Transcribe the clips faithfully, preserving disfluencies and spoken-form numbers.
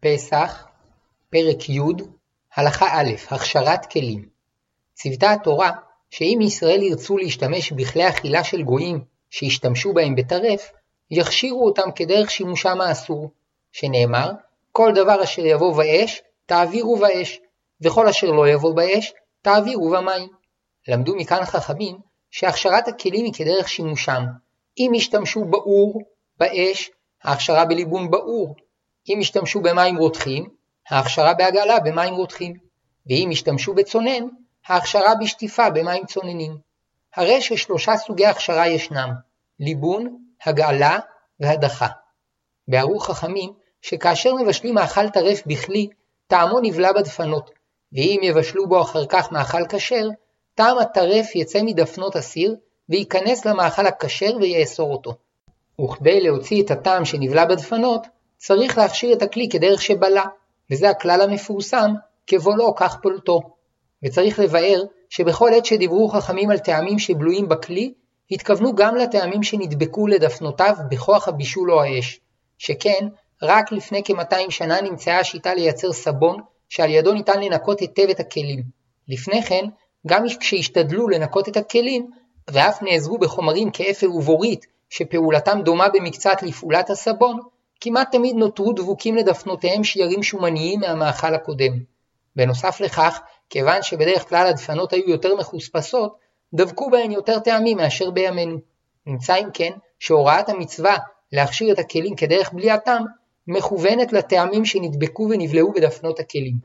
פסח, פרק י', הלכה א', הכשרת כלים. ציוותה התורה שאם ישראל ירצו להשתמש בכלי אכילה של גויים שהשתמשו בהם בטרף, יכשירו אותם כדרך שימושם האסור, שנאמר, כל דבר אשר יבוא באש, תעבירו באש, וכל אשר לא יבוא באש, תעבירו במים. למדו מכאן חכמים שהכשרת הכלים היא כדרך שימושם. אם ישתמשו באור, באש, ההכשרה בליבון באור. אם ישתמשו במים רותחים, ההכשרה בהגעלה במים רותחים. ואם ישתמשו בצונן, ההכשרה בשטיפה במים צוננים. הרי ששלושה סוגי הכשרה ישנם, ליבון, הגעלה והדחה. בארו חכמים שכאשר מבשלים מאכל טרף בכלי, טעמו נבלע בדפנות, ואם יבשלו בו אחר כך מאכל כשר, טעם הטרף יצא מדפנות הסיר, וייכנס למאכל הכשר ויאסור אותו. וכדי להוציא את הטעם שנבלע בדפנות, צריך להכשיר את הכלי כדרך שבלע, וזה הכלל המפורסם, כבולעו כך פולטו. וצריך לבאר שבכל עת שדיברו חכמים על טעמים שבלועים בכלי, התכוונו גם לטעמים שנדבקו לדפנותיו בכוח הבישול או האש, שכן רק לפני כ-מאתיים שנה נמצאה השיטה לייצר סבון שעל ידו ניתן לנקות היטב את הכלים. לפני כן, גם כשהשתדלו לנקות את הכלים, ואף נעזרו בחומרים כאפר ובורית, שפעולתם דומה במקצת לפעולת הסבון, כמעט תמיד נותרו דבוקים לדפנותיהם שיירים שומניים מהמאכל הקודם. בנוסף לכך, כיוון שבדרך כלל הדפנות היו יותר מחוספסות, דבקו בהן יותר טעמים מאשר בימינו. נמצא אם כן שהוראת המצווה להכשיר את הכלים כדרך בליעתם, מכוונת לטעמים שנדבקו ונבלעו בדפנות הכלים.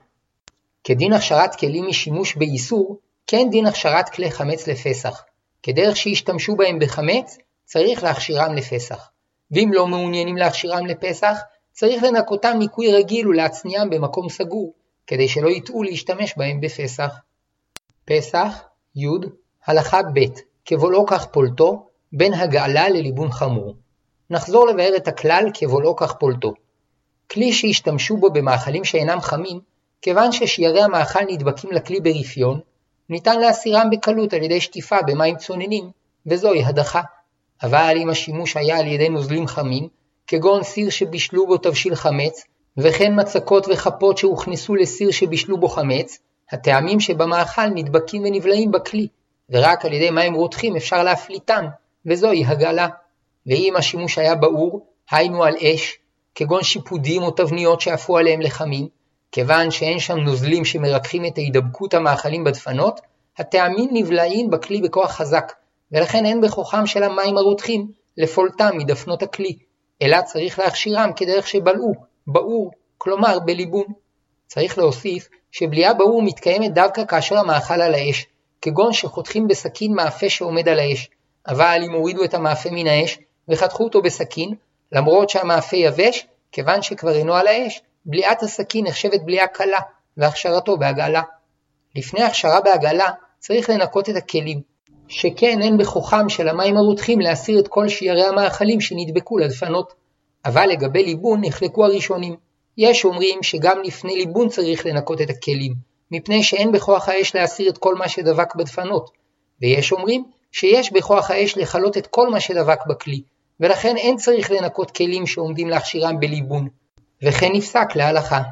כדין הכשרת כלים משימוש באיסור, כן דין הכשרת כלי חמץ לפסח. כדרך שישתמשו בהם בחמץ, צריך להכשירם לפסח. ואם לא מעוניינים להכשירם לפסח, צריך לנקותם ניקוי רגיל ולהצניעם במקום סגור, כדי שלא יטעו להשתמש בהם בפסח. פסח, י', הלכה ב', כבולעו כך פולטו, בין הגעלה לליבון חמור. נחזור לבאר את הכלל כבולעו כך פולטו. כלי שהשתמשו בו במאכלים שאינם חמים, כיוון ששיירי המאכל נדבקים לכלי ברפיון, ניתן להסירם בקלות על ידי שטיפה במים צוננים, וזוהי הדחה. אבל אם השימוש היה על ידי נוזלים חמים, כגון סיר שבישלו בו תבשיל חמץ, וכן מצקות וחפות שהוכנסו לסיר שבישלו בו חמץ, הטעמים שבמאכל נדבקים ונבלעים בכלי, ורק על ידי מים רותחים אפשר להפליטם, וזוהי הגעלה. ואם השימוש היה באור, היינו על אש, כגון שיפודים או תבניות שאפו עליהם לחמים, כיוון שאין שם נוזלים שמרככים את ההידבקות המאכלים בדפנות, הטעמים נבלעים בכלי בכוח חזק, ולכן אין בכוחם של המים הרותחים לפולטם מדפנות הכלי, אלא צריך להכשירם כדרך שבלעו, באור, כלומר בליבון. צריך להוסיף שבליעה באור מתקיימת דווקא כאשר המאכל על האש, כגון שחותכים בסכין מאפה שעומד על האש, אבל אם הורידו את המאפה מן האש וחתכו אותו בסכין, למרות שהמאפה יבש, כיוון שכבר אינו על האש, בליעת הסכין נחשבת בליעה קלה, והכשרתו בהגעלה. לפני הכשרה בהגעלה צריך לנקות את הכלים, שכן אין בכוחם של המים הרותחים להסיר את כל שיירי המאכלים שנדבקו לדפנות. אבל לגבי ליבון נחלקו הראשונים. יש אומרים שגם לפני ליבון צריך לנקות את הכלים, מפני שאין בכוח האש להסיר את כל מה שדבק בדפנות. ויש אומרים שיש בכוח האש לחלות את כל מה שדבק בכלי, ולכן אין צריך לנקות כלים שעומדים להכשירם בליבון. וכן נפסק להלכה.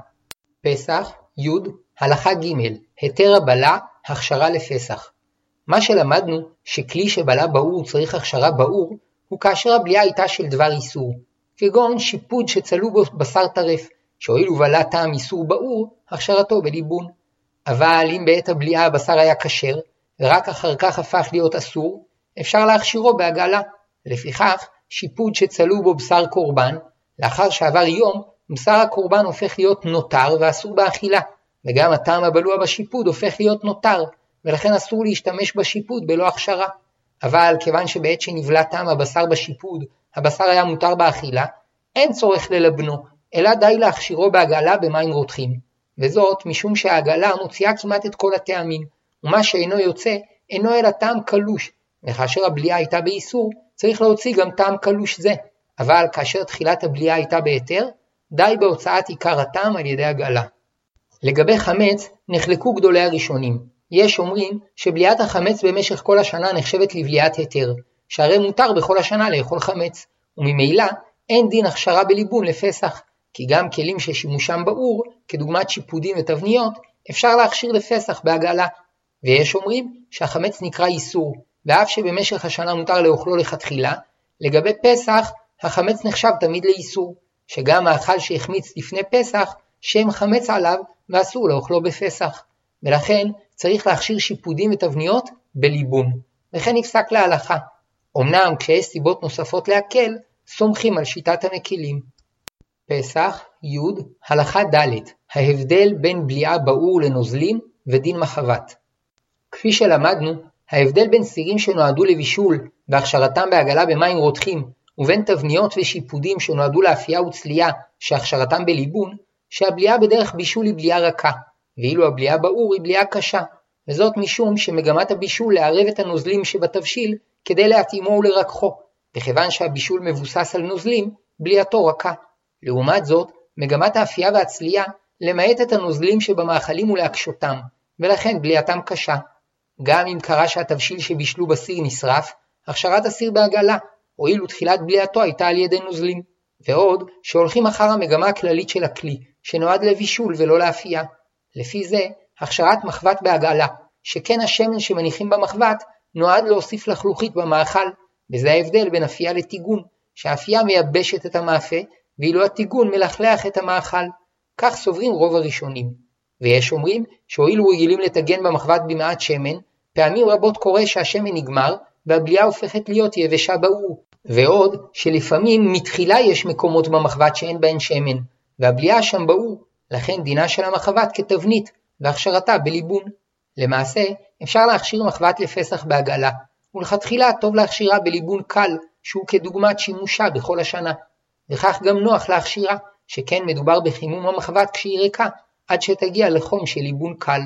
פסח, י', הלכה ג', היתר הבלע, הכשרה לפסח. מה שלמדנו שכלי שבלע באור צריך הכשרה באור, הוא כאשר הבליעה הייתה של דבר איסור, כגון שיפוד שצלו בו בשר טרף, שהואיל ובלע טעם איסור באור, הכשרתו בליבון. אבל אם בעת הבליעה הבשר היה כשר, ורק אחר כך הפך להיות אסור, אפשר להכשירו בהגעלה. לפיכך, שיפוד שצלו בו בשר קורבן, לאחר שעבר יום, בשר הקורבן הופך להיות נותר ואסור באכילה, וגם הטעם הבלוע בשיפוד הופך להיות נותר, ולכן אסור להשתמש בשיפוד בלא הכשרה. אבל כיוון שבעת שנבלע טעם הבשר בשיפוד, הבשר היה מותר באכילה, אין צורך ללבנו, אלא די להכשירו בהגעלה במים רותחים. וזאת משום שההגעלה מוציאה כמעט את כל הטעמים, ומה שאינו יוצא אינו אלא טעם קלוש, וכאשר הבליעה הייתה באיסור, צריך להוציא גם טעם קלוש זה, אבל כאשר תחילת הבליעה הייתה בהיתר, די בהוצאת עיקר הטעם על ידי הגעלה. לגבי חמץ נחלקו גדולי הראשונים. יש אומרים שבליעת החמץ במשך כל השנה נחשבת לבליעת היתר, שהרי מותר בכל השנה לאכול חמץ, וממילא אין דין הכשרה בליבון לפסח, כי גם כלים ששימושם באור, כדוגמת שיפודים ותבניות, אפשר להכשיר לפסח בהגעלה. ויש אומרים שהחמץ נקרא איסור, ואף שבמשך השנה מותר לאוכלו לכתחילה, לגבי פסח החמץ נחשב תמיד לאיסור, שגם האכל שהחמיץ לפני פסח, שם חמץ עליו ואסור לאוכלו בפסח. ולכן צריך להכשיר שיפודים ותבניות בליבון. וכן נפסק להלכה. אמנם כשיש סיבות נוספות להקל, סומכים על שיטת המקילים. פסח, י' הלכה ד' ההבדל בין בליעה באור לנוזלים ודין מחבת. כפי שלמדנו, ההבדל בין סירים שנועדו לבישול והכשרתם בהגעלה במים רותחים, ובין תבניות ושיפודים שנועדו לאפייה וצלייה שהכשרתם בליבון, שהבליעה בדרך בישול היא בליעה רכה, ואילו הבליעה באור היא בליעה קשה, וזאת משום שמגמת הבישול לערב את הנוזלים שבתבשיל כדי להתאימו ולרקחו, וכיוון שהבישול מבוסס על נוזלים, בליעתו רכה. לעומת זאת, מגמת האפייה והצלייה למעט את הנוזלים שבמאכלים ולהקשותם, ולכן בליעתם קשה. גם אם קרה שהתבשיל שבישלו בסיר נשרף, הכשרת הסיר בהגעלה, הואיל ותחילת בליעתו הייתה על ידי נוזלים. ועוד שהולכים אחר המגמה הכללית של הכלי, שנועד לבישול ולא לאפייה. לפי זה, הכשרת מחבת בהגעלה, שכן השמן שמניחים במחבת נועד להוסיף לחלוכית במאכל, וזה ההבדל בין אפייה לטיגון, שהאפייה מייבשת את המאפה, ואילו הטיגון מלכלך את המאכל. כך סוברים רוב הראשונים. ויש אומרים שהואילו רגילים לטגן במחבת במעט שמן, פעמים רבות קורה שהשמן נגמר, והבליעה הופכת להיות יבשה באור. ועוד שלפעמים מתחילה יש מקומות במחבת שאין בהן שמן, והבליעה שם באור, לכן דינה של המחבת כתבנית, והכשרתה בליבון. למעשה, אפשר להכשיר מחבת לפסח בהגעלה, ולכתחילה טוב להכשירה בליבון קל, שהוא כדוגמת שימושה בכל השנה. וכך גם נוח להכשירה, שכן מדובר בחימום המחבת כשהיא ריקה, עד שתגיע לחום של ליבון קל.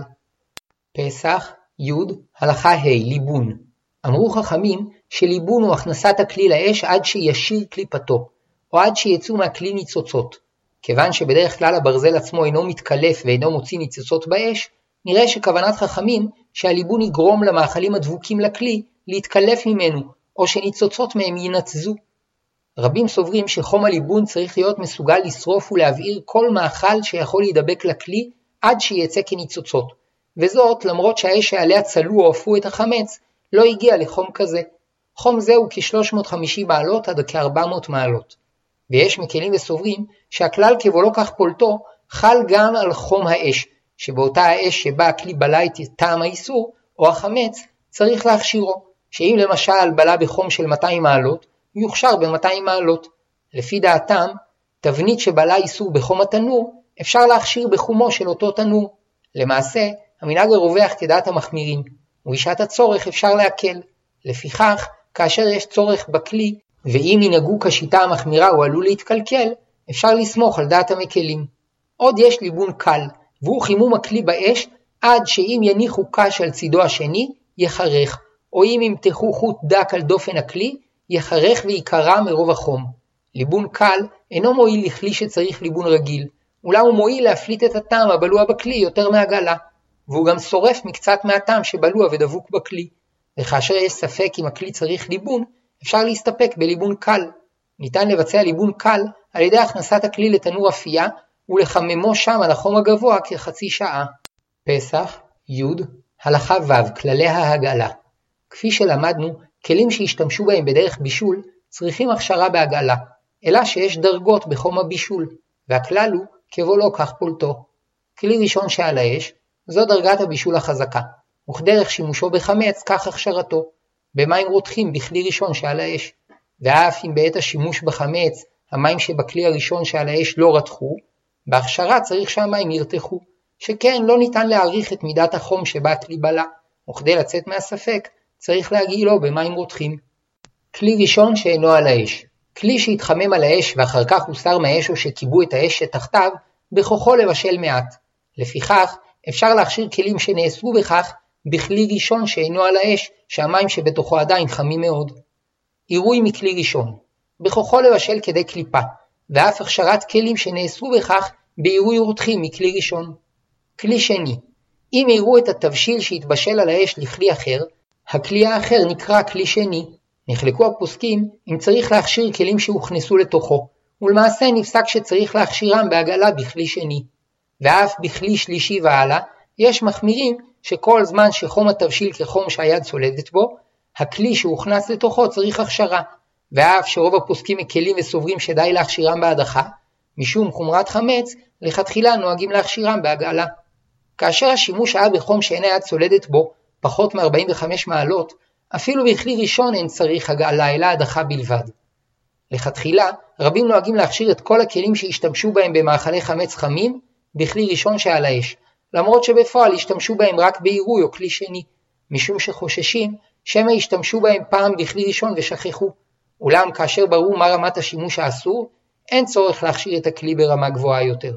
פסח, י' הלכה ה' ליבון. אמרו חכמים שליבון הוא הכנסת הכלי לאש עד שישיר קליפתו, או עד שיצאו מהכלי ניצוצות. כיוון שבדרך כלל הברזל עצמו אינו מתקלף ואינו מוציא ניצוצות באש, נראה שכוונת חכמים שהליבון יגרום למאכלים הדבוקים לכלי להתקלף ממנו, או שניצוצות מהם ינצזו. רבים סוברים שחום הליבון צריך להיות מסוגל לשרוף ולהבעיר כל מאכל שיכול להידבק לכלי עד שיצא כניצוצות, וזאת למרות שהאש שעליה צלו או אפו את החמץ לא הגיע לחום כזה. חום זה הוא כ-שלוש מאות וחמישים מעלות עד כ-ארבע מאות מעלות. ויש מקלים וסוברים שהכלל כבולו כך פולטו חל גם על חום האש, שבאותה האש שבה הכלי בלה את טעם האיסור או החמץ צריך להכשירו, שאם למשל בלה בחום של מאתיים מעלות, יוכשר ב-מאתיים מעלות. לפי דעתם, תבנית שבלה איסור בחום התנור, אפשר להכשיר בחומו של אותו תנור. למעשה, המנהג הרווח כדעת המחמירים, ובשעת הצורך אפשר להקל. לפיכך, כאשר יש צורך בכלי, ואם ינהגו כשיטה המחמירה הוא עלול להתקלקל, אפשר לסמוך על דעת המקלים. עוד יש ליבון קל, והוא חימום הכלי באש, עד שאם יניחו קש על צידו השני, יחרך, או אם ימתחו חוט דק על דופן הכלי, יחרך ויקרע מרוב החום. ליבון קל אינו מועיל לכלי שצריך ליבון רגיל, אולי הוא מועיל להפליט את הטעם הבלוע בכלי יותר מהגעלה, והוא גם שורף מקצת מהטעם שבלוע ודבוק בכלי. וכאשר יש ספק אם הכלי צריך ליבון, אפשר להסתפק בליבון קל. ניתן לבצע ליבון קל על ידי הכנסת הכלי לתנור אפייה, ולחממו שם על החום הגבוה כחצי שעה. פסח, י' הלכה ו' כללי ההגעלה. כפי שלמדנו, כלים שהשתמשו בהם בדרך בישול צריכים הכשרה בהגעלה, אלא שיש דרגות בחום הבישול, והכלל הוא כבולו כך פולטו. כלי ראשון שעל האש, זו דרגת הבישול החזקה, וכדרך שימושו בחמץ כך הכשרתו, במים רותחים בכלי ראשון שעל האש. ואף אם בעת השימוש בחמץ המים שבכלי הראשון שעל האש לא רתחו, בהכשרה צריך שהמים ירתחו, שכן לא ניתן להעריך את מידת החום שבה הכלי בלה, וכדי לצאת מהספק צריך להגעילו במים רותחים. כלי ראשון שאינו על האש, כלי שהתחמם על האש ואחר כך הוסר מהאש או שקיבו את האש שתחתיו, בכוחו לבשל מעט. לפיכך אפשר להכשיר כלים שנאסרו בכך בכלי ראשון שאינו על האש, שהמים שבתוכו עדיין חמים מאוד. עירוי מכלי ראשון, בכוחו לבשל כדי קליפה, ואף הכשרת כלים שנאסרו בכך בעירוי רותחים מכלי ראשון. כלי שני, אם עירו את התבשיל שהתבשל על האש לכלי אחר, הכלי האחר נקרא כלי שני. נחלקו הפוסקים אם צריך להכשיר כלים שהוכנסו לתוכו, ולמעשה נפסק שצריך להכשירם בהגעלה בכלי שני. ואף בכלי שלישי והלאה, יש מחמירים שכל זמן שחום התבשיל כחום שהיד צולדת בו, הכלי שהוכנס לתוכו צריך הכשרה, ואף שרוב הפוסקים מקלים וסוברים שדי להכשירם בהדחה, משום חומרת חמץ, לכתחילה נוהגים להכשירם בהגעלה. כאשר השימוש היה בחום שאין היד צולדת בו, פחות מ-ארבעים וחמש מעלות, אפילו בכלי ראשון אין צריך הגעלה אלא הדחה בלבד. לכתחילה, רבים נוהגים להכשיר את כל הכלים שהשתמשו בהם במאכלי חמץ חמים, בכלי ראשון שעל האש, למרות שבפועל השתמשו בהם רק בעירוי או כלי שני, משום שחוששים שמא השתמשו בהם פעם בכלי ראשון ושכחו. אולם כאשר ברור מה רמת השימוש האסור, אין צורך להכשיר את הכלי ברמה גבוהה יותר.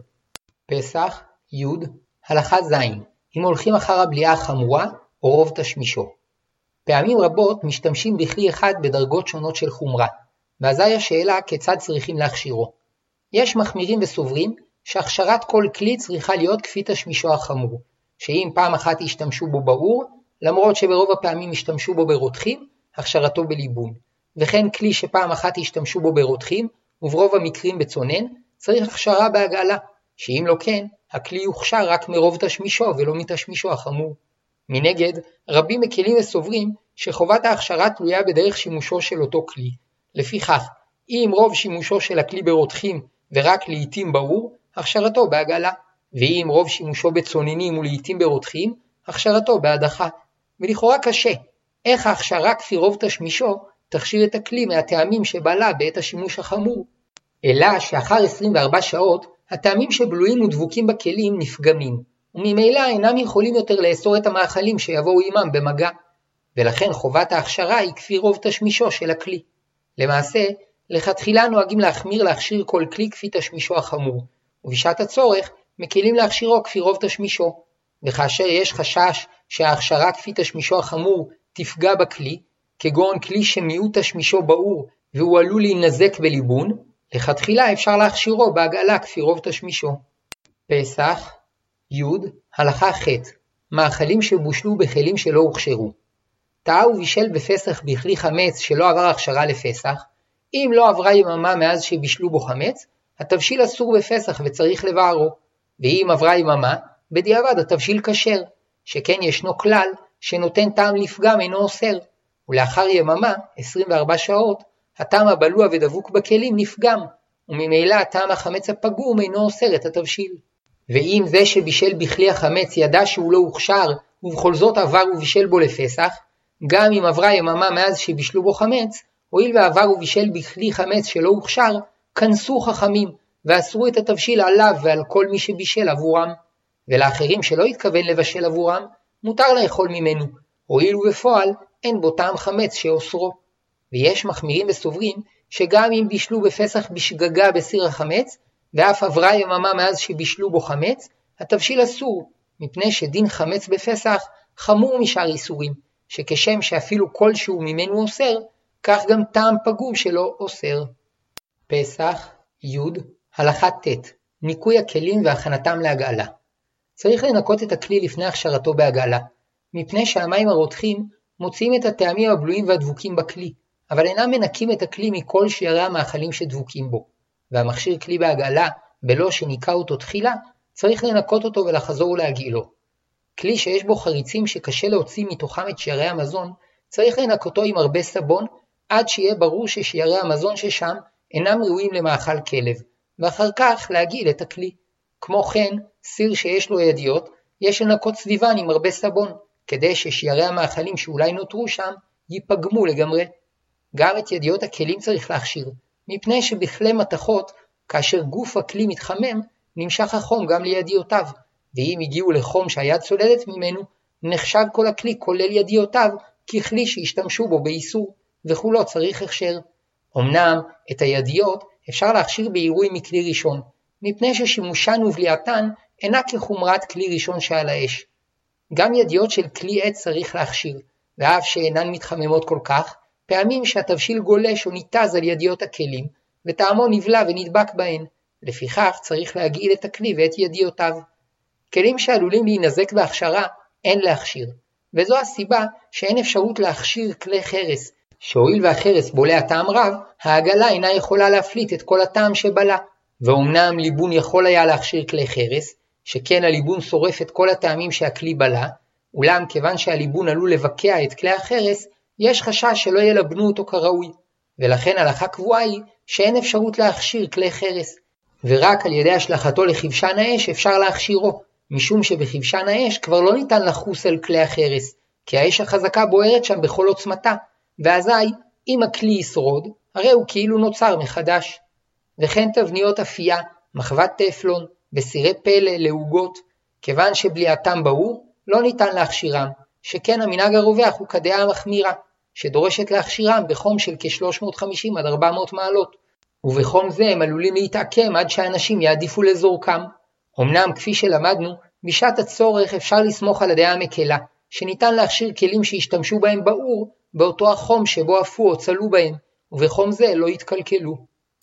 פסח, י' הלכה ז' אם הולכים אחר הבליעה החמורה או רוב תשמישו. פעמים רבות משתמשים בכלי אחד בדרגות שונות של חומרה, ואזי השאלה כיצד צריכים להכשירו. יש מחמירים וסוברים שהכשרת כל כלי צריכה להיות כפי תשמישו החמור, שאם פעם אחת השתמשו בו באור, למרות שברוב הפעמים השתמשו בו ברותחים, הכשרתו בליבון. וכן כלי שפעם אחת השתמשו בו ברותחים, וברוב המקרים בצונן, צריך הכשרה בהגעלה, שאם לא כן, הכלי יוכשר רק מרוב תשמישו ולא מתשמישו החמור. מנגד, רבים מקלים וסוברים שחובת ההכשרה תלויה בדרך שימושו של אותו כלי. לפיכך, אם רוב שימושו של הכלי ברותחים ורק לעתים באור, הכשרתו בהגעלה, ואם רוב שימושו בצוננים ולעתים ברותחים, הכשרתו בהדחה. ולכאורה קשה, איך ההכשרה כפי רוב תשמישו תכשיר את הכלי מהטעמים שבעלה בעת השימוש החמור? אלא שאחר עשרים וארבע שעות, הטעמים שבלויים ודבוקים בכלים נפגמים, וממילא אינם יכולים יותר לאסור את המאכלים שיבואו עמם במגע, ולכן חובת ההכשרה היא כפי רוב תשמישו של הכלי. למעשה, לכתחילה נוהגים להחמיר להכשיר כל כלי כפי תשמישו החמור, ובשעת הצורך מקלים להכשירו כפי רוב תשמישו, וכאשר יש חשש שההכשרה כפי תשמישו החמור תפגע בכלי, כגון כלי שמיעוט תשמישו באור והוא עלול להינזק בליבון, לכתחילה אפשר להכשירו בהגעלה כפי רוב תשמישו. פסח, י' הלכה ח' מאכלים שבושלו בכלים שלא הוכשרו. טעה ובישל בפסח בכלי חמץ שלא עבר הכשרה לפסח, אם לא עברה יממה מאז שבישלו בו חמץ, התבשיל אסור בפסח וצריך לבערו, ואם עברה יממה, בדיעבד התבשיל כשר, שכן ישנו כלל שנותן טעם לפגם אינו אוסר, ולאחר יממה, עשרים וארבע שעות, הטעם הבלוע ודבוק בכלים נפגם, וממילא הטעם החמץ הפגום אינו אוסר את התבשיל. ואם זה שבישל בכלי החמץ ידע שהוא לא הוכשר, ובכל זאת עבר ובישל בו לפסח, גם אם עברה יממה מאז שבישלו בו חמץ, הואיל ועבר ובישל בכלי חמץ שלא הוכשר, כנסו חכמים, ואסרו את התבשיל עליו ועל כל מי שבישל עבורם. ולאחרים שלא התכוון לבשל עבורם, מותר לאכול ממנו, הואיל ובפועל אין בו טעם חמץ שאוסרו. ויש מחמירים וסוברים שגם אם בישלו בפסח בשגגה בסיר החמץ, ואף עברה יממה מאז שבישלו בו חמץ, התבשיל אסור, מפני שדין חמץ בפסח חמור משאר איסורים, שכשם שאפילו כלשהו ממנו אוסר, כך גם טעם פגום שלו אוסר. פסח, י' הלכה ט' ניקוי הכלים והכנתם להגעלה. צריך לנקות את הכלי לפני הכשרתו בהגעלה, מפני שהמים הרותחים מוציאים את הטעמים הבלויים והדבוקים בכלי, אבל אינם מנקים את הכלי מכל שיירי המאכלים שדבוקים בו. והמכשיר כלי בהגעלה, בלא שניקה אותו תחילה, צריך לנקות אותו ולחזור ולהגעילו. כלי שיש בו חריצים שקשה להוציא מתוכם את שיירי המזון, צריך לנקותו עם הרבה סבון, עד שיהיה ברור ששיירי המזון ששם אינם ראויים למאכל כלב, ואחר כך להגעיל את הכלי. כמו כן, סיר שיש לו ידיות, יש לנקות סביבן עם הרבה סבון, כדי ששיירי המאכלים שאולי נותרו שם, ייפגמו לגמרי. גם את ידיות הכלים צריך להכשיר, מפני שבכלי מתכות, כאשר גוף הכלי מתחמם, נמשך החום גם לידיותיו, ואם הגיעו לחום שהיד צולדת ממנו, נחשב כל הכלי כולל ידיותיו, ככלי שהשתמשו בו באיסור, וכולו צריך הכשר. אמנם את הידיות אפשר להכשיר בעירוי מכלי ראשון, מפני ששימושן ובליעתן אינה כחומרת כלי ראשון שעל האש. גם ידיות של כלי עץ צריך להכשיר, ואף שאינן מתחממות כל כך, פעמים שהתבשיל גולש או ניתז על ידיות הכלים, וטעמו נבלע ונדבק בהן, לפיכך צריך להגעיל את הכלי ואת ידיותיו. כלים שעלולים להינזק בהכשרה אין להכשיר, וזו הסיבה שאין אפשרות להכשיר כלי חרס, שהואיל והחרס בולע טעם רב, העגלה אינה יכולה להפליט את כל הטעם שבלה, ואומנם ליבון יכול היה להכשיר כלי חרס, שכן הליבון שורף את כל הטעמים שהכלי בלה, אולם כיוון שהליבון עלול לבקע את כלי החרס, יש חשש שלא ילבנו אותו כראוי, ולכן הלכה קבועה היא שאין אפשרות להכשיר כלי חרס, ורק על ידי השלכתו לכבשן האש אפשר להכשירו, משום שבכבשן האש כבר לא ניתן לחוס על כלי החרס, כי האש החזקה בוערת שם בכל עוצמתה, ואזי אם הכלי ישרוד, הרי הוא כאילו נוצר מחדש. וכן תבניות אפייה, מחבת טפלון וסירי פלא לעוגות, כיוון שבליעתם ברור, לא ניתן להכשירם, שכן המנהג הרווח הוא כדעה המחמירה, שדורשת להכשירם בחום של כ-שלוש מאות וחמישים עד ארבע מאות מעלות, ובחום זה הם עלולים להתעקם עד שאנשים יעדיפו לזורקם. אמנם כפי שלמדנו, בשעת הצורך אפשר לסמוך על הדעה המקלה, שניתן להכשיר כלים שהשתמשו בהם באור, באותו החום שבו אפו או צלו בהם, ובחום זה לא יתקלקלו.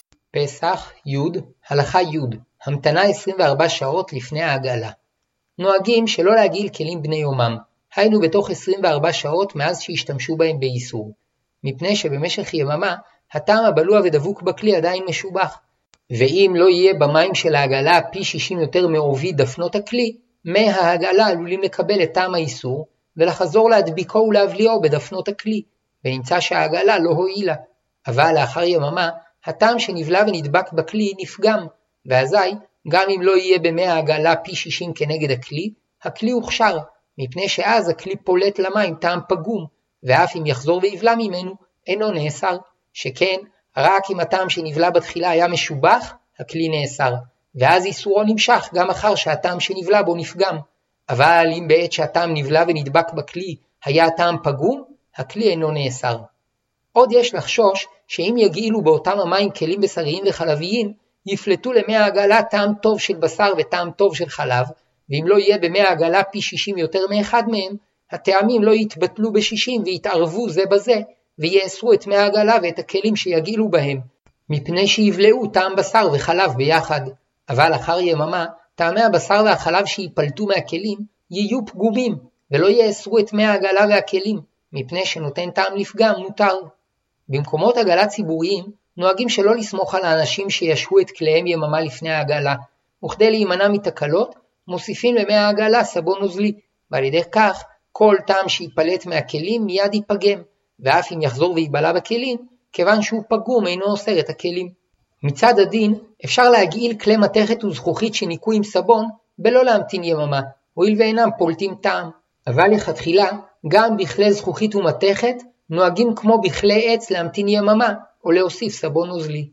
פסח, י', הלכה י', המתנה עשרים וארבע שעות לפני העגלה. נוהגים שלא להגעיל כלים בני יומם, היינו בתוך עשרים וארבע שעות מאז שהשתמשו בהם באיסור, מפני שבמשך יממה הטעם הבלוע ודבוק בכלי עדיין משובח, ואם לא יהיה במים של העגלה פי שישים יותר מעובי דפנות הכלי, מי העגלה עלולים לקבל את טעם האיסור, ולחזור להדביקו ולהבליעו בדפנות הכלי, ונמצא שהעגלה לא הועילה, אבל לאחר יממה הטעם שנבלע ונדבק בכלי נפגם, ואזי גם אם לא יהיה במי העגלה פי שישים כנגד הכלי, הכלי הוכשר, מפני שאז הכלי פולט למים טעם פגום, ואף אם יחזור ויבלע ממנו, אינו נאסר, שכן רק אם הטעם שנבלע בתחילה היה משובח, הכלי נאסר, ואז איסורו נמשך גם אחר שהטעם שנבלע בו נפגם, אבל אם בעת שהטעם נבלע ונדבק בכלי היה הטעם פגום, הכלי אינו נאסר. עוד יש לחשוש שאם יגעילו באותם המים כלים בשריים וחלביים, יפלטו למי העגלה טעם טוב של בשר וטעם טוב של חלב, ואם לא יהיה במי העגלה פי שישים יותר מאחד מהם, הטעמים לא יתבטלו בשישים ויתערבו זה בזה, ויאסרו את מי העגלה ואת הכלים שיגעילו בהם, מפני שיבלעו טעם בשר וחלב ביחד. אבל אחר יממה, טעמי הבשר והחלב שיפלטו מהכלים יהיו פגומים, ולא יאסרו את מי העגלה והכלים, מפני שנותן טעם לפגם מותר. במקומות עגלה ציבוריים, נוהגים שלא לסמוך על האנשים שישהו את כליהם יממה לפני העגלה, וכדי להימנע מתקלות, מוסיפים למי העגלה סבון נוזלי, ועל ידי כך כל טעם שיפלט מהכלים מיד ייפגם, ואף אם יחזור ויבלע בכלים, כיוון שהוא פגום אינו אוסר את הכלים. מצד הדין, אפשר להגעיל כלי מתכת וזכוכית שניקו עם סבון, בלא להמתין יממה, הואיל ואינם פולטים טעם. אבל לכתחילה, גם בכלי זכוכית ומתכת, נוהגים כמו בכלי עץ להמתין יממה, או להוסיף סבון נוזלי.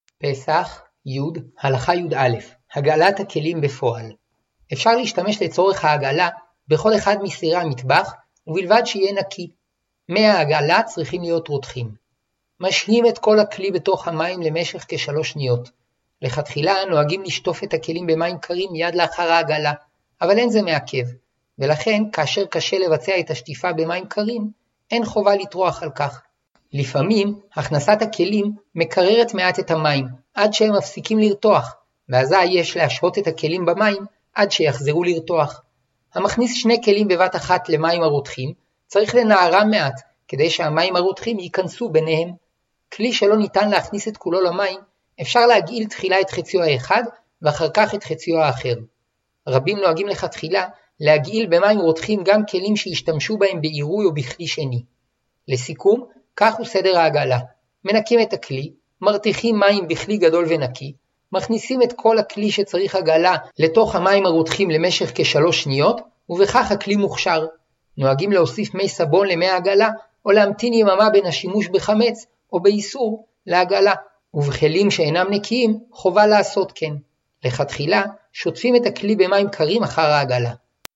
פסח, י', הלכה י"א, הגעלת הכלים בפועל. אפשר להשתמש לצורך העגלה בכל אחד מסירי המטבח, ובלבד שיהיה נקי. מי העגלה צריכים להיות רותחים. משהים את כל הכלי בתוך המים למשך כשלוש שניות. לכתחילה נוהגים לשטוף את הכלים במים קרים מיד לאחר העגלה, אבל אין זה מעכב, ולכן כאשר קשה לבצע את השטיפה במים קרים, אין חובה לטרוח על כך. לפעמים הכנסת הכלים מקררת מעט את המים, עד שהם מפסיקים לרתוח, ואזי יש להשהות את הכלים במים עד שיחזרו לרתוח. המכניס שני כלים בבת אחת למים הרותחים, צריך לנערם מעט, כדי שהמים הרותחים ייכנסו ביניהם. כלי שלא ניתן להכניס את כולו למים, אפשר להגעיל תחילה את חציו האחד, ואחר כך את חציו האחר. רבים נוהגים לכתחילה להגעיל במים רותחים גם כלים שהשתמשו בהם בעירוי או בכלי שני. לסיכום, כך הוא סדר העגלה. מנקים את הכלי, מרתיחים מים בכלי גדול ונקי, מכניסים את כל הכלי שצריך עגלה לתוך המים הרותחים למשך כשלוש שניות, ובכך הכלי מוכשר. נוהגים להוסיף מי סבון למי העגלה, או להמתין יממה בין השימוש בחמץ או באיסור לעגלה, ובכלים שאינם נקיים חובה לעשות כן. לכתחילה שוטפים את הכלי במים קרים אחר העגלה.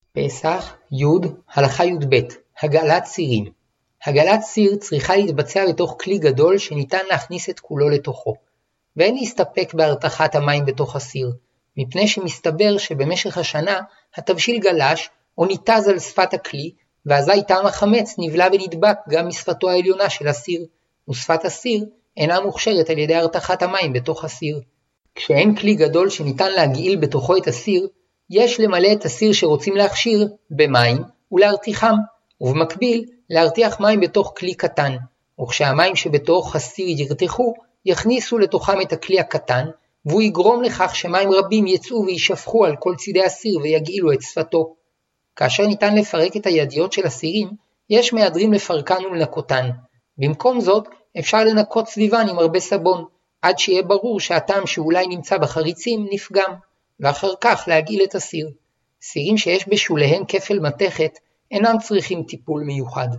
פסח, י', הלכה י"ב, הגעלת סירים. הגעלת סיר צריכה להתבצע בתוך כלי גדול שניתן להכניס את כולו לתוכו, ואין להסתפק בהרתחת המים בתוך הסיר, מפני שמסתבר שבמשך השנה התבשיל גלש או ניתז על שפת הכלי, ואזי טעם החמץ נבלע ונדבק גם משפתו העליונה של הסיר, ושפת הסיר אינה מוכשרת על ידי הרתחת המים בתוך הסיר. כשאין כלי גדול שניתן להגעיל בתוכו את הסיר, יש למלא את הסיר שרוצים להכשיר במים ולהרתיחם, ובמקביל להרתיח מים בתוך כלי קטן, וכשהמים שבתוך הסיר ירתחו, יכניסו לתוכם את הכלי הקטן, והוא יגרום לכך שמים רבים יצאו וישפכו על כל צידי הסיר ויגעילו את שפתו. כאשר ניתן לפרק את הידיות של הסירים, יש מהדרים לפרקן ולנקותן. במקום זאת, אפשר לנקות סביבן עם הרבה סבון, עד שיהיה ברור שהטעם שאולי נמצא בחריצים נפגם, ואחר כך להגעיל את הסיר. סירים שיש בשוליהם כפל מתכת אינם צריכים טיפול מיוחד.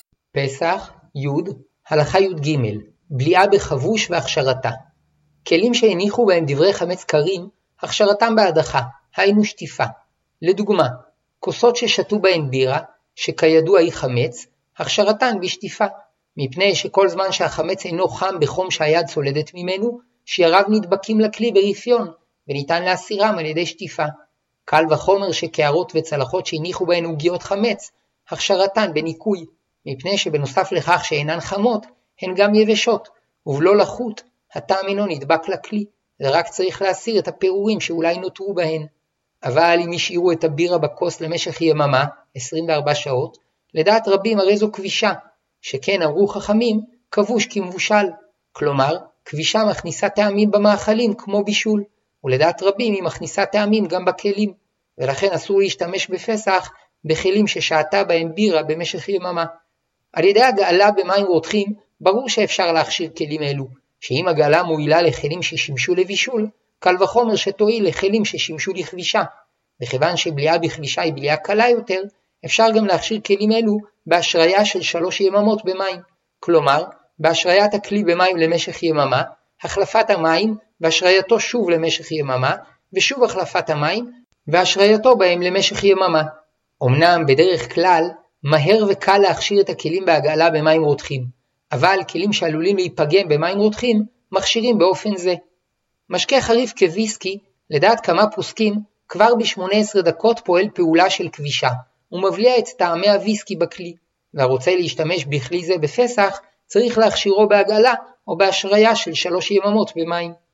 פסח, י' הלכה י"ג, בליעה בחבוש והכשרתה. כלים שהניחו בהם דברי חמץ קרים, הכשרתם בהדחה, היינו שטיפה. לדוגמה, כוסות ששתו בהן בירה, שכידוע היא חמץ, הכשרתן בשטיפה, מפני שכל זמן שהחמץ אינו חם בחום שהיד סולדת ממנו, שיריו נדבקים לכלי ברפיון, וניתן להסירם על ידי שטיפה. קל וחומר שקערות וצלחות שהניחו בהן עוגיות חמץ, הכשרתן בניקוי, מפני שבנוסף לכך שאינן חמות, הן גם יבשות, ובלא לחוט, הטעם אינו נדבק לכלי, ורק צריך להסיר את הפירורים שאולי נותרו בהן. אבל אם השאירו את הבירה בכוס למשך יממה, עשרים וארבע שעות, לדעת רבים הרי זו כבישה, שכן אמרו חכמים, כבוש כמבושל, כלומר, כבישה מכניסה טעמים במאכלים כמו בישול, ולדעת רבים היא מכניסה טעמים גם בכלים, ולכן אסור להשתמש בפסח בכלים ששעתה בהם בירה במשך יממה. על ידי הגעלה במים רותחים, ברור שאפשר להכשיר כלים אלו, שאם הגעלה מועילה לכלים ששימשו לבישול, קל וחומר שתועיל לכלים ששימשו לכבישה, וכיוון שבליעה בכבישה היא בליעה קלה יותר, אפשר גם להכשיר כלים אלו בהשריה של שלוש יממות במים, כלומר, בהשריית הכלי במים למשך יממה, החלפת המים והשרייתו שוב למשך יממה, ושוב החלפת המים והשרייתו בהם למשך יממה. אמנם בדרך כלל, מהר וקל להכשיר את הכלים בהגעלה במים רותחים, אבל כלים שעלולים להיפגם במים רותחים, מכשירים באופן זה. משקה חריף כוויסקי, לדעת כמה פוסקים, כבר ב-שמונה עשרה דקות פועל פעולה של כבישה, ומבליע את טעמי הוויסקי בכלי, והרוצה להשתמש בכלי זה בפסח, צריך להכשירו בהגעלה או בהשריה של שלוש יממות במים.